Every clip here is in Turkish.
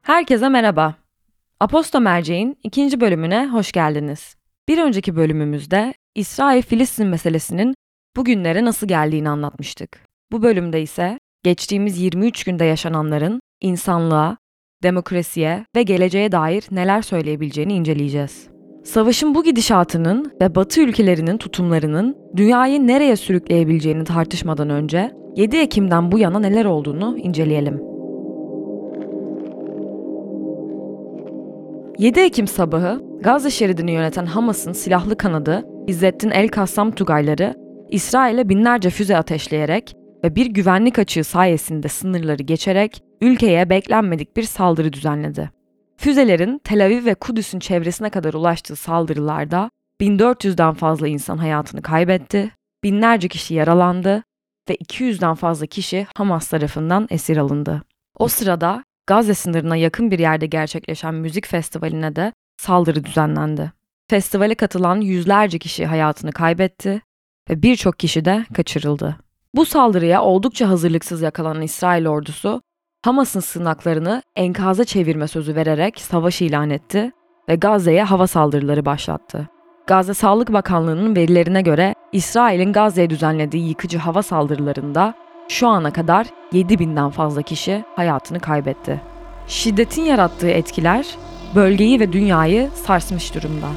Herkese merhaba. Aposto Merceğin ikinci bölümüne hoş geldiniz. Bir önceki bölümümüzde İsrail-Filistin meselesinin bugünlere nasıl geldiğini anlatmıştık. Bu bölümde ise geçtiğimiz 23 günde yaşananların insanlığa, demokrasiye ve geleceğe dair neler söyleyebileceğini inceleyeceğiz. Savaşın bu gidişatının ve Batı ülkelerinin tutumlarının dünyayı nereye sürükleyebileceğini tartışmadan önce 7 Ekim'den bu yana neler olduğunu inceleyelim. 7 Ekim sabahı Gazze şeridini yöneten Hamas'ın silahlı kanadı İzzettin El-Kassam Tugayları İsrail'e binlerce füze ateşleyerek ve bir güvenlik açığı sayesinde sınırları geçerek ülkeye beklenmedik bir saldırı düzenledi. Füzelerin Tel Aviv ve Kudüs'ün çevresine kadar ulaştığı saldırılarda 1400'den fazla insan hayatını kaybetti, binlerce kişi yaralandı ve 200'den fazla kişi Hamas tarafından esir alındı. O sırada Gazze sınırına yakın bir yerde gerçekleşen müzik festivaline de saldırı düzenlendi. Festivale katılan yüzlerce kişi hayatını kaybetti ve birçok kişi de kaçırıldı. Bu saldırıya oldukça hazırlıksız yakalanan İsrail ordusu, Hamas'ın sığınaklarını enkaza çevirme sözü vererek savaş ilan etti ve Gazze'ye hava saldırıları başlattı. Gazze Sağlık Bakanlığı'nın verilerine göre İsrail'in Gazze'ye düzenlediği yıkıcı hava saldırılarında şu ana kadar 7.000'den fazla kişi hayatını kaybetti. Şiddetin yarattığı etkiler bölgeyi ve dünyayı sarsmış durumda.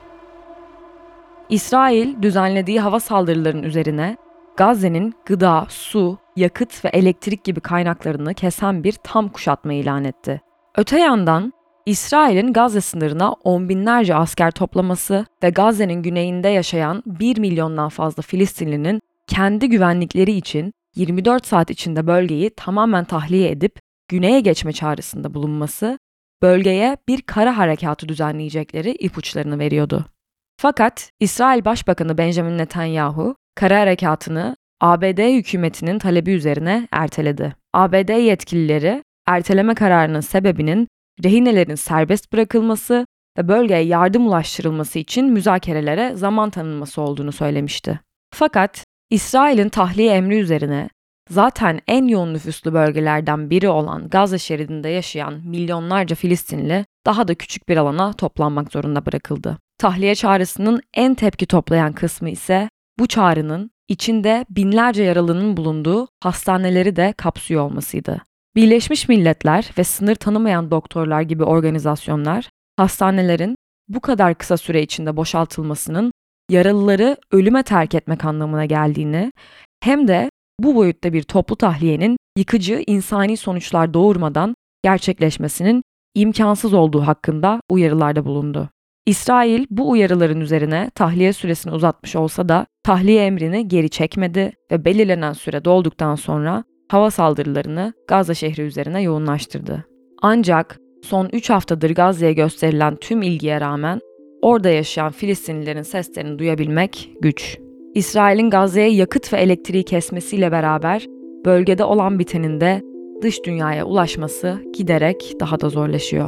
İsrail düzenlediği hava saldırılarının üzerine Gazze'nin gıda, su, yakıt ve elektrik gibi kaynaklarını kesen bir tam kuşatma ilan etti. Öte yandan İsrail'in Gazze sınırına on binlerce asker toplaması ve Gazze'nin güneyinde yaşayan 1 milyondan fazla Filistinlinin kendi güvenlikleri için 24 saat içinde bölgeyi tamamen tahliye edip güneye geçme çağrısında bulunması, bölgeye bir kara harekatı düzenleyecekleri ipuçlarını veriyordu. Fakat İsrail Başbakanı Benjamin Netanyahu, kara harekatını ABD hükümetinin talebi üzerine erteledi. ABD yetkilileri, erteleme kararının sebebinin rehinelerin serbest bırakılması ve bölgeye yardım ulaştırılması için müzakerelere zaman tanınması olduğunu söylemişti. Fakat İsrail'in tahliye emri üzerine zaten en yoğun nüfuslu bölgelerden biri olan Gazze şeridinde yaşayan milyonlarca Filistinli daha da küçük bir alana toplanmak zorunda bırakıldı. Tahliye çağrısının en tepki toplayan kısmı ise bu çağrının içinde binlerce yaralının bulunduğu hastaneleri de kapsıyor olmasıydı. Birleşmiş Milletler ve sınır tanımayan doktorlar gibi organizasyonlar, hastanelerin bu kadar kısa süre içinde boşaltılmasının yaralıları ölüme terk etmek anlamına geldiğini, hem de bu boyutta bir toplu tahliyenin yıkıcı insani sonuçlar doğurmadan gerçekleşmesinin imkansız olduğu hakkında uyarılarda bulundu. İsrail bu uyarıların üzerine tahliye süresini uzatmış olsa da tahliye emrini geri çekmedi ve belirlenen süre dolduktan sonra hava saldırılarını Gazze şehri üzerine yoğunlaştırdı. Ancak son 3 haftadır Gazze'ye gösterilen tüm ilgiye rağmen orada yaşayan Filistinlilerin seslerini duyabilmek güç. İsrail'in Gazze'ye yakıt ve elektriği kesmesiyle beraber bölgede olan bitenin de dış dünyaya ulaşması giderek daha da zorlaşıyor.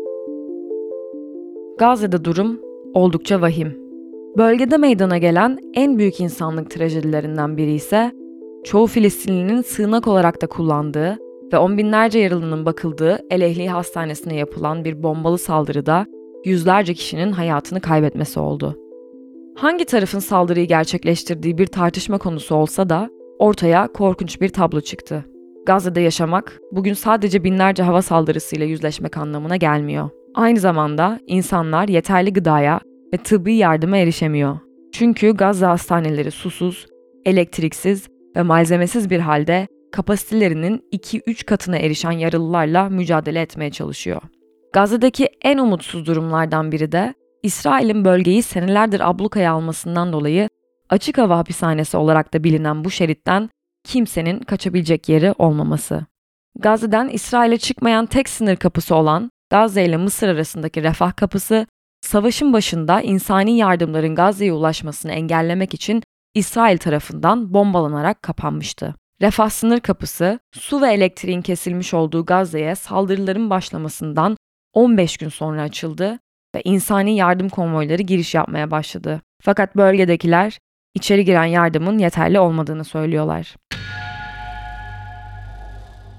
Gazze'de durum oldukça vahim. Bölgede meydana gelen en büyük insanlık trajedilerinden biri ise çoğu Filistinlinin sığınak olarak da kullandığı ve on binlerce yaralının bakıldığı El Ehli Hastanesi'ne yapılan bir bombalı saldırıda yüzlerce kişinin hayatını kaybetmesi oldu. Hangi tarafın saldırıyı gerçekleştirdiği bir tartışma konusu olsa da ortaya korkunç bir tablo çıktı. Gazze'de yaşamak bugün sadece binlerce hava saldırısıyla yüzleşmek anlamına gelmiyor. Aynı zamanda insanlar yeterli gıdaya ve tıbbi yardıma erişemiyor. Çünkü Gazze hastaneleri susuz, elektriksiz ve malzemesiz bir halde kapasitelerinin 2-3 katına erişen yaralılarla mücadele etmeye çalışıyor. Gazze'deki en umutsuz durumlardan biri de İsrail'in bölgeyi senelerdir ablukaya almasından dolayı açık hava hapishanesi olarak da bilinen bu şeritten kimsenin kaçabilecek yeri olmaması. Gazze'den İsrail'e çıkmayan tek sınır kapısı olan Gazze ile Mısır arasındaki Refah kapısı, savaşın başında insani yardımların Gazze'ye ulaşmasını engellemek için İsrail tarafından bombalanarak kapanmıştı. Refah sınır kapısı, su ve elektriğin kesilmiş olduğu Gazze'ye saldırıların başlamasından 15 gün sonra açıldı ve insani yardım konvoyları giriş yapmaya başladı. Fakat bölgedekiler içeri giren yardımın yeterli olmadığını söylüyorlar.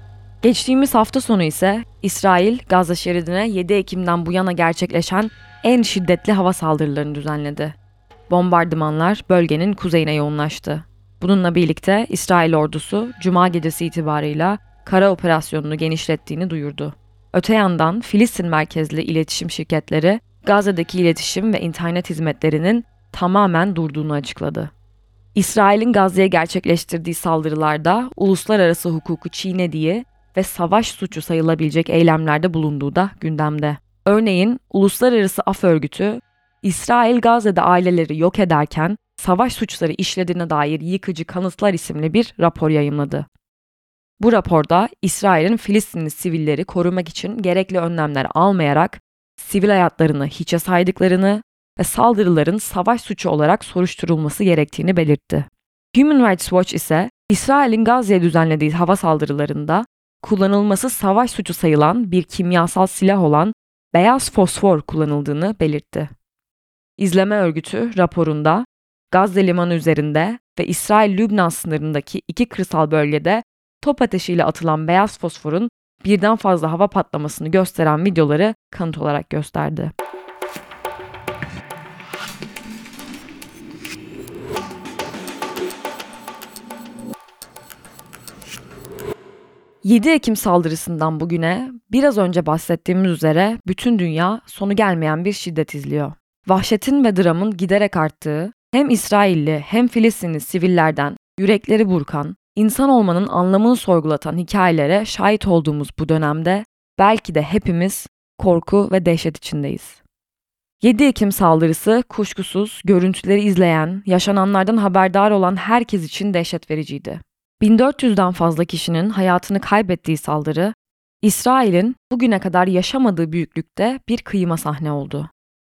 Geçtiğimiz hafta sonu ise İsrail, Gazze şeridine 7 Ekim'den bu yana gerçekleşen en şiddetli hava saldırılarını düzenledi. Bombardımanlar bölgenin kuzeyine yoğunlaştı. Bununla birlikte İsrail ordusu Cuma gecesi itibarıyla kara operasyonunu genişlettiğini duyurdu. Öte yandan Filistin merkezli iletişim şirketleri Gazze'deki iletişim ve internet hizmetlerinin tamamen durduğunu açıkladı. İsrail'in Gazze'ye gerçekleştirdiği saldırılarda uluslararası hukuku çiğnediği ve savaş suçu sayılabilecek eylemlerde bulunduğu da gündemde. Örneğin Uluslararası Af Örgütü, İsrail Gazze'de aileleri yok ederken savaş suçları işlediğine dair yıkıcı kanıtlar isimli bir rapor yayımladı. Bu raporda İsrail'in Filistinli sivilleri korumak için gerekli önlemler almayarak sivil hayatlarını hiçe saydıklarını ve saldırıların savaş suçu olarak soruşturulması gerektiğini belirtti. Human Rights Watch ise İsrail'in Gazze'ye düzenlediği hava saldırılarında kullanılması savaş suçu sayılan bir kimyasal silah olan beyaz fosfor kullanıldığını belirtti. İzleme Örgütü raporunda Gazze limanı üzerinde ve İsrail-Lübnan sınırındaki iki kırsal bölgede top ateşiyle atılan beyaz fosforun birden fazla hava patlamasını gösteren videoları kanıt olarak gösterdi. ...7 Ekim saldırısından bugüne biraz önce bahsettiğimiz üzere bütün dünya sonu gelmeyen bir şiddet izliyor. Vahşetin ve dramın giderek arttığı, hem İsrailli hem Filistinli sivillerden yürekleri burkan, insan olmanın anlamını sorgulatan hikayelere şahit olduğumuz bu dönemde belki de hepimiz korku ve dehşet içindeyiz. 7 Ekim saldırısı kuşkusuz görüntüleri izleyen, yaşananlardan haberdar olan herkes için dehşet vericiydi. 1400'den fazla kişinin hayatını kaybettiği saldırı, İsrail'in bugüne kadar yaşamadığı büyüklükte bir kıyıma sahne oldu.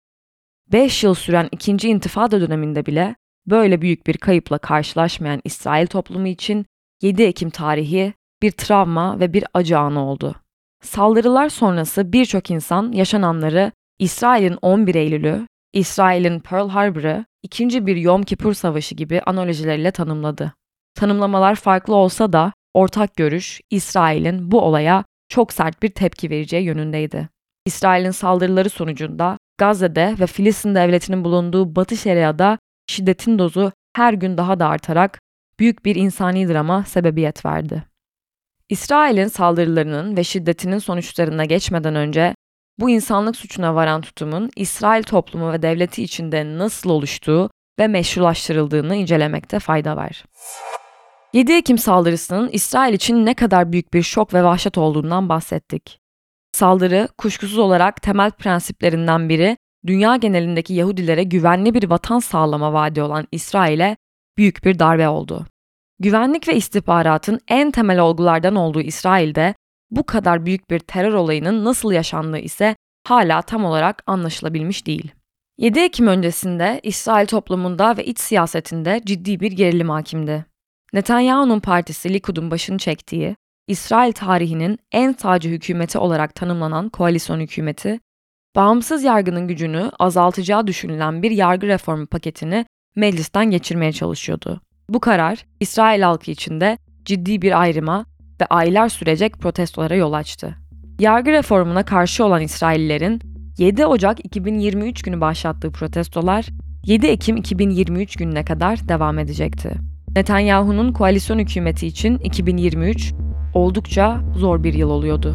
5 yıl süren 2. İntifada döneminde bile böyle büyük bir kayıpla karşılaşmayan İsrail toplumu için 7 Ekim tarihi bir travma ve bir acı anı oldu. Saldırılar sonrası birçok insan yaşananları İsrail'in 11 Eylül'ü, İsrail'in Pearl Harbor'ı, ikinci bir Yom Kippur Savaşı gibi analojileriyle tanımladı. Tanımlamalar farklı olsa da ortak görüş İsrail'in bu olaya çok sert bir tepki vereceği yönündeydi. İsrail'in saldırıları sonucunda Gazze'de ve Filistin devletinin bulunduğu Batı Şeria'da şiddetin dozu her gün daha da artarak büyük bir insani drama sebebiyet verdi. İsrail'in saldırılarının ve şiddetinin sonuçlarına geçmeden önce bu insanlık suçuna varan tutumun İsrail toplumu ve devleti içinde nasıl oluştuğu ve meşrulaştırıldığını incelemekte fayda var. 7 Ekim saldırısının İsrail için ne kadar büyük bir şok ve vahşet olduğundan bahsettik. Saldırı, kuşkusuz olarak temel prensiplerinden biri, dünya genelindeki Yahudilere güvenli bir vatan sağlama vaadi olan İsrail'e büyük bir darbe oldu. Güvenlik ve istihbaratın en temel olgulardan olduğu İsrail'de bu kadar büyük bir terör olayının nasıl yaşandığı ise hala tam olarak anlaşılabilmiş değil. 7 Ekim öncesinde İsrail toplumunda ve iç siyasetinde ciddi bir gerilim hakimdi. Netanyahu'nun partisi Likud'un başını çektiği, İsrail tarihinin en sağcı hükümeti olarak tanımlanan koalisyon hükümeti, bağımsız yargının gücünü azaltacağı düşünülen bir yargı reformu paketini meclisten geçirmeye çalışıyordu. Bu karar, İsrail halkı içinde ciddi bir ayrıma ve aylar sürecek protestolara yol açtı. Yargı reformuna karşı olan İsraillilerin 7 Ocak 2023 günü başlattığı protestolar 7 Ekim 2023 gününe kadar devam edecekti. Netanyahu'nun koalisyon hükümeti için 2023 oldukça zor bir yıl oluyordu.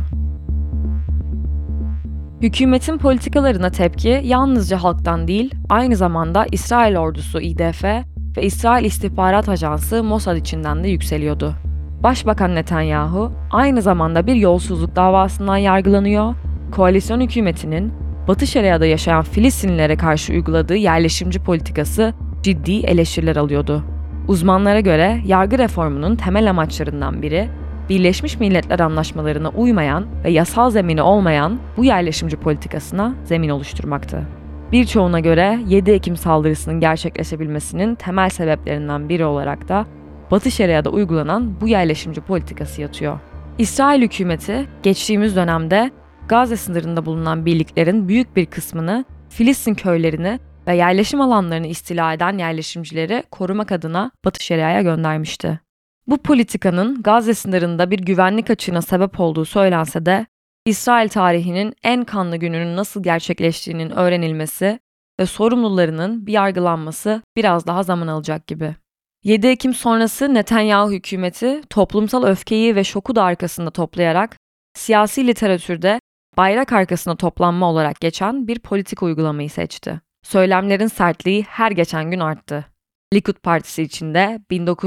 Hükümetin politikalarına tepki yalnızca halktan değil, aynı zamanda İsrail ordusu İDF ve İsrail İstihbarat Ajansı Mossad içinden de yükseliyordu. Başbakan Netanyahu aynı zamanda bir yolsuzluk davasından yargılanıyor, koalisyon hükümetinin Batı Şeria'da yaşayan Filistinlilere karşı uyguladığı yerleşimci politikası ciddi eleştiriler alıyordu. Uzmanlara göre yargı reformunun temel amaçlarından biri, Birleşmiş Milletler anlaşmalarına uymayan ve yasal zemini olmayan bu yerleşimci politikasına zemin oluşturmaktı. Birçoğuna göre 7 Ekim saldırısının gerçekleşebilmesinin temel sebeplerinden biri olarak da Batı Şeria'da uygulanan bu yerleşimci politikası yatıyor. İsrail hükümeti geçtiğimiz dönemde Gazze sınırında bulunan birliklerin büyük bir kısmını Filistin köylerini ve yerleşim alanlarını istila eden yerleşimcileri korumak adına Batı Şeria'ya göndermişti. Bu politikanın Gazze sınırında bir güvenlik açığına sebep olduğu söylense de İsrail tarihinin en kanlı gününün nasıl gerçekleştiğinin öğrenilmesi ve sorumlularının bir yargılanması biraz daha zaman alacak gibi. 7 Ekim sonrası Netanyahu hükümeti toplumsal öfkeyi ve şoku da arkasında toplayarak siyasi literatürde bayrak arkasında toplanma olarak geçen bir politik uygulamayı seçti. Söylemlerin sertliği her geçen gün arttı. Likud Partisi içinde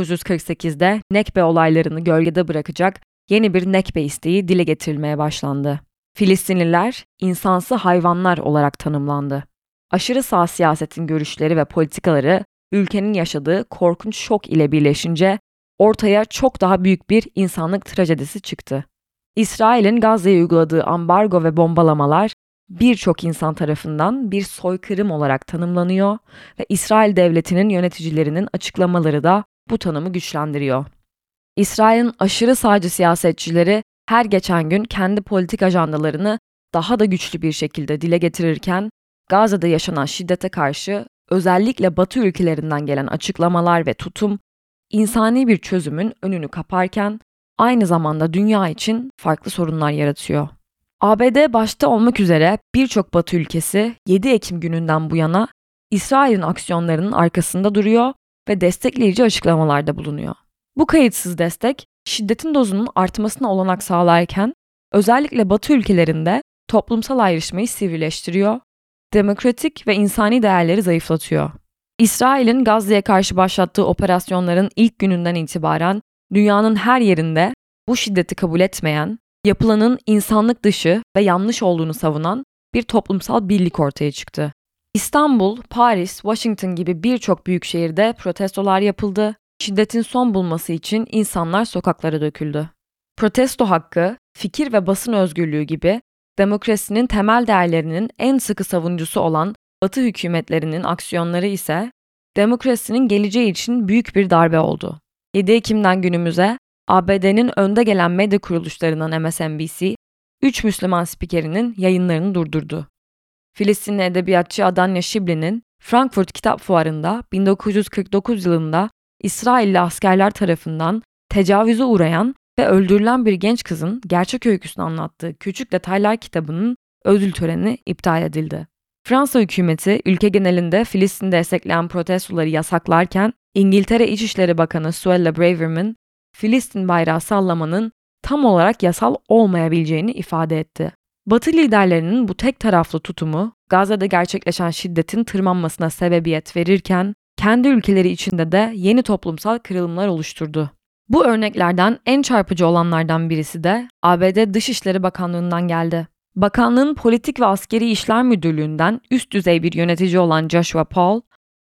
1948'de Nekbe olaylarını gölgede bırakacak yeni bir Nekbe isteği dile getirilmeye başlandı. Filistinliler insansı hayvanlar olarak tanımlandı. Aşırı sağ siyasetin görüşleri ve politikaları ülkenin yaşadığı korkunç şok ile birleşince ortaya çok daha büyük bir insanlık trajedisi çıktı. İsrail'in Gazze'ye uyguladığı ambargo ve bombalamalar birçok insan tarafından bir soykırım olarak tanımlanıyor ve İsrail devletinin yöneticilerinin açıklamaları da bu tanımı güçlendiriyor. İsrail'in aşırı sağcı siyasetçileri her geçen gün kendi politik ajandalarını daha da güçlü bir şekilde dile getirirken Gazze'de yaşanan şiddete karşı özellikle Batı ülkelerinden gelen açıklamalar ve tutum insani bir çözümün önünü kaparken aynı zamanda dünya için farklı sorunlar yaratıyor. ABD başta olmak üzere birçok Batı ülkesi 7 Ekim gününden bu yana İsrail'in aksiyonlarının arkasında duruyor ve destekleyici açıklamalarda bulunuyor. Bu kayıtsız destek şiddetin dozunun artmasına olanak sağlarken özellikle Batı ülkelerinde toplumsal ayrışmayı sivrileştiriyor, demokratik ve insani değerleri zayıflatıyor. İsrail'in Gazze'ye karşı başlattığı operasyonların ilk gününden itibaren dünyanın her yerinde bu şiddeti kabul etmeyen, yapılanın insanlık dışı ve yanlış olduğunu savunan bir toplumsal birlik ortaya çıktı. İstanbul, Paris, Washington gibi birçok büyük şehirde protestolar yapıldı. Şiddetin son bulması için insanlar sokaklara döküldü. Protesto hakkı, fikir ve basın özgürlüğü gibi demokrasinin temel değerlerinin en sıkı savunucusu olan Batı hükümetlerinin aksiyonları ise demokrasinin geleceği için büyük bir darbe oldu. 7 Ekim'den günümüze ABD'nin önde gelen medya kuruluşlarından MSNBC, 3 Müslüman spikerinin yayınlarını durdurdu. Filistinli edebiyatçı Adanya Shibli'nin Frankfurt Kitap Fuarı'nda 1949 yılında İsrailli askerler tarafından tecavüze uğrayan ve öldürülen bir genç kızın gerçek öyküsünü anlattığı Küçük Detaylar kitabının ödül töreni iptal edildi. Fransa hükümeti ülke genelinde Filistin'i destekleyen protestoları yasaklarken İngiltere İçişleri Bakanı Suella Braverman, Filistin bayrağı sallamanın tam olarak yasal olmayabileceğini ifade etti. Batı liderlerinin bu tek taraflı tutumu Gazze'de gerçekleşen şiddetin tırmanmasına sebebiyet verirken kendi ülkeleri içinde de yeni toplumsal kırılımlar oluşturdu. Bu örneklerden en çarpıcı olanlardan birisi de ABD Dışişleri Bakanlığı'ndan geldi. Bakanlığın Politik ve Askeri İşler Müdürlüğü'nden üst düzey bir yönetici olan Joshua Paul,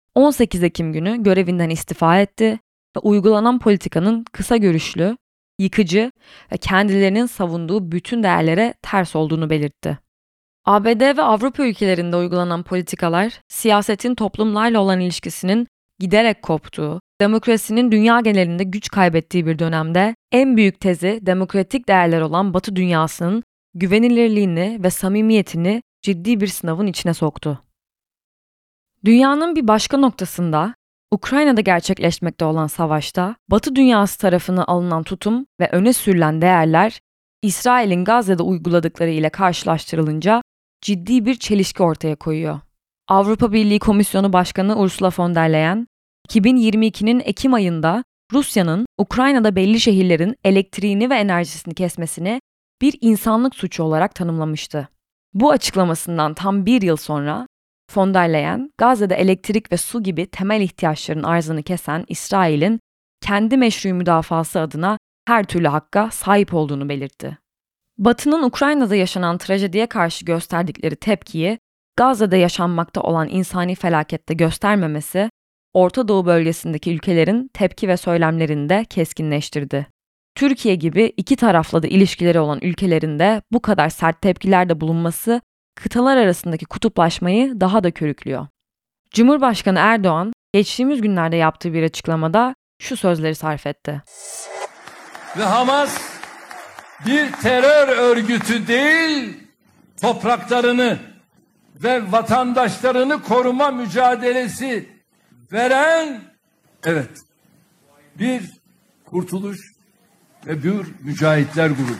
18 Ekim günü görevinden istifa etti ve uygulanan politikanın kısa görüşlü, yıkıcı ve kendilerinin savunduğu bütün değerlere ters olduğunu belirtti. ABD ve Avrupa ülkelerinde uygulanan politikalar, siyasetin toplumlarla olan ilişkisinin giderek koptuğu, demokrasinin dünya genelinde güç kaybettiği bir dönemde en büyük tezi demokratik değerler olan Batı dünyasının güvenilirliğini ve samimiyetini ciddi bir sınavın içine soktu. Dünyanın bir başka noktasında, Ukrayna'da gerçekleşmekte olan savaşta Batı dünyası tarafına alınan tutum ve öne sürülen değerler, İsrail'in Gazze'de uyguladıkları ile karşılaştırılınca ciddi bir çelişki ortaya koyuyor. Avrupa Birliği Komisyonu Başkanı Ursula von der Leyen, 2022'nin Ekim ayında Rusya'nın Ukrayna'da belli şehirlerin elektriğini ve enerjisini kesmesini bir insanlık suçu olarak tanımlamıştı. Bu açıklamasından tam bir yıl sonra von der Leyen, Gazze'de elektrik ve su gibi temel ihtiyaçların arzını kesen İsrail'in kendi meşru müdafası adına her türlü hakka sahip olduğunu belirtti. Batı'nın Ukrayna'da yaşanan trajediye karşı gösterdikleri tepkiyi Gazze'de yaşanmakta olan insani felakette göstermemesi, Orta Doğu bölgesindeki ülkelerin tepki ve söylemlerini de keskinleştirdi. Türkiye gibi iki taraflı da ilişkileri olan ülkelerinde bu kadar sert tepkilerde bulunması, kıtalar arasındaki kutuplaşmayı daha da körüklüyor. Cumhurbaşkanı Erdoğan, geçtiğimiz günlerde yaptığı bir açıklamada şu sözleri sarf etti. Ve Hamas bir terör örgütü değil, topraklarını ve vatandaşlarını koruma mücadelesi veren, evet, bir Kurtuluş ve bir mücahitler grubu.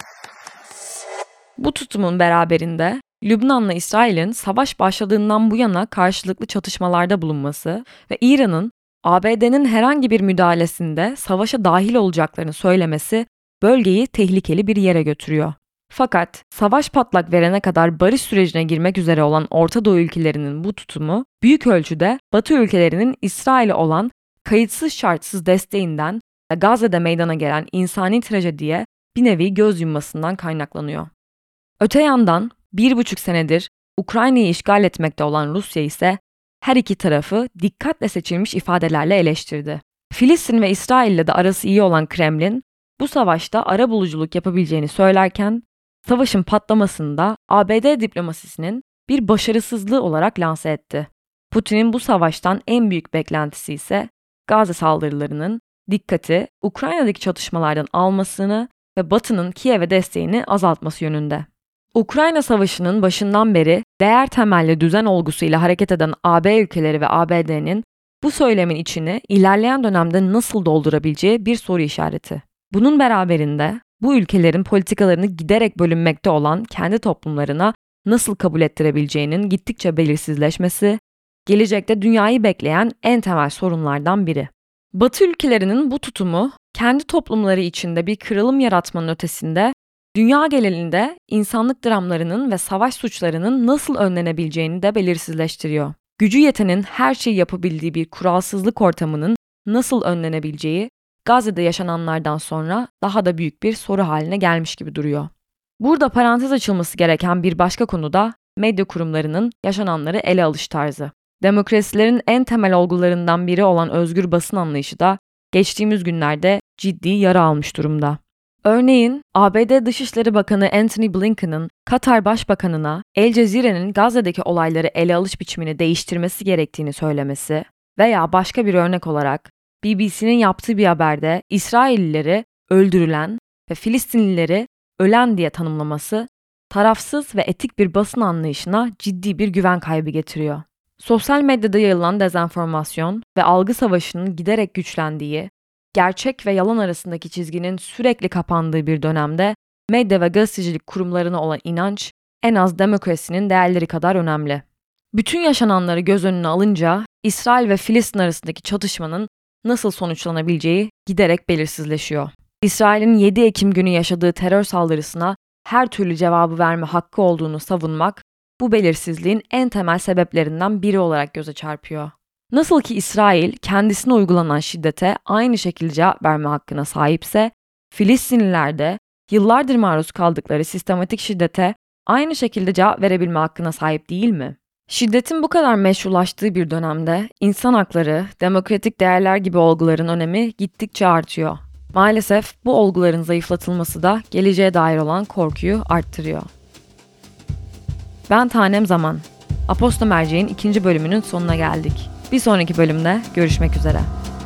Bu tutumun beraberinde Lübnan'la İsrail'in savaş başladığından bu yana karşılıklı çatışmalarda bulunması ve İran'ın ABD'nin herhangi bir müdahalesinde savaşa dahil olacaklarını söylemesi bölgeyi tehlikeli bir yere götürüyor. Fakat savaş patlak verene kadar barış sürecine girmek üzere olan Orta Doğu ülkelerinin bu tutumu büyük ölçüde Batı ülkelerinin İsrail'e olan kayıtsız şartsız desteğinden ve Gazze'de meydana gelen insani trajediye bir nevi göz yummasından kaynaklanıyor. Öte yandan 1,5 senedir Ukrayna'yı işgal etmekte olan Rusya ise her iki tarafı dikkatle seçilmiş ifadelerle eleştirdi. Filistin ve İsrail'le de arası iyi olan Kremlin, bu savaşta arabuluculuk yapabileceğini söylerken, savaşın patlamasını da ABD diplomasisinin bir başarısızlığı olarak lanse etti. Putin'in bu savaştan en büyük beklentisi ise Gazze saldırılarının dikkati Ukrayna'daki çatışmalardan almasını ve Batı'nın Kiev'e desteğini azaltması yönünde. Ukrayna Savaşı'nın başından beri değer temelli düzen olgusuyla hareket eden AB ülkeleri ve ABD'nin bu söylemin içini ilerleyen dönemde nasıl doldurabileceği bir soru işareti. Bunun beraberinde bu ülkelerin politikalarını giderek bölünmekte olan kendi toplumlarına nasıl kabul ettirebileceğinin gittikçe belirsizleşmesi, gelecekte dünyayı bekleyen en temel sorunlardan biri. Batı ülkelerinin bu tutumu kendi toplumları içinde bir kırılım yaratmanın ötesinde dünya genelinde insanlık dramlarının ve savaş suçlarının nasıl önlenebileceğini de belirsizleştiriyor. Gücü yetenin her şeyi yapabildiği bir kuralsızlık ortamının nasıl önlenebileceği, Gazze'de yaşananlardan sonra daha da büyük bir soru haline gelmiş gibi duruyor. Burada parantez açılması gereken bir başka konu da medya kurumlarının yaşananları ele alış tarzı. Demokrasilerin en temel olgularından biri olan özgür basın anlayışı da geçtiğimiz günlerde ciddi yara almış durumda. Örneğin ABD Dışişleri Bakanı Antony Blinken'ın Katar Başbakanı'na El Cezire'nin Gazze'deki olayları ele alış biçimini değiştirmesi gerektiğini söylemesi veya başka bir örnek olarak BBC'nin yaptığı bir haberde İsraillileri öldürülen ve Filistinlileri ölen diye tanımlaması tarafsız ve etik bir basın anlayışına ciddi bir güven kaybı getiriyor. Sosyal medyada yayılan dezenformasyon ve algı savaşının giderek güçlendiği, gerçek ve yalan arasındaki çizginin sürekli kapandığı bir dönemde medya ve gazetecilik kurumlarına olan inanç en az demokrasinin değerleri kadar önemli. Bütün yaşananları göz önüne alınca İsrail ve Filistin arasındaki çatışmanın nasıl sonuçlanabileceği giderek belirsizleşiyor. İsrail'in 7 Ekim günü yaşadığı terör saldırısına her türlü cevabı verme hakkı olduğunu savunmak bu belirsizliğin en temel sebeplerinden biri olarak göze çarpıyor. Nasıl ki İsrail kendisine uygulanan şiddete aynı şekilde cevap verme hakkına sahipse, Filistinliler de yıllardır maruz kaldıkları sistematik şiddete aynı şekilde cevap verebilme hakkına sahip değil mi? Şiddetin bu kadar meşrulaştığı bir dönemde insan hakları, demokratik değerler gibi olguların önemi gittikçe artıyor. Maalesef bu olguların zayıflatılması da geleceğe dair olan korkuyu arttırıyor. Ben Tanem Zaman. Aposto Merceğin 2. bölümünün sonuna geldik. Bir sonraki bölümde görüşmek üzere.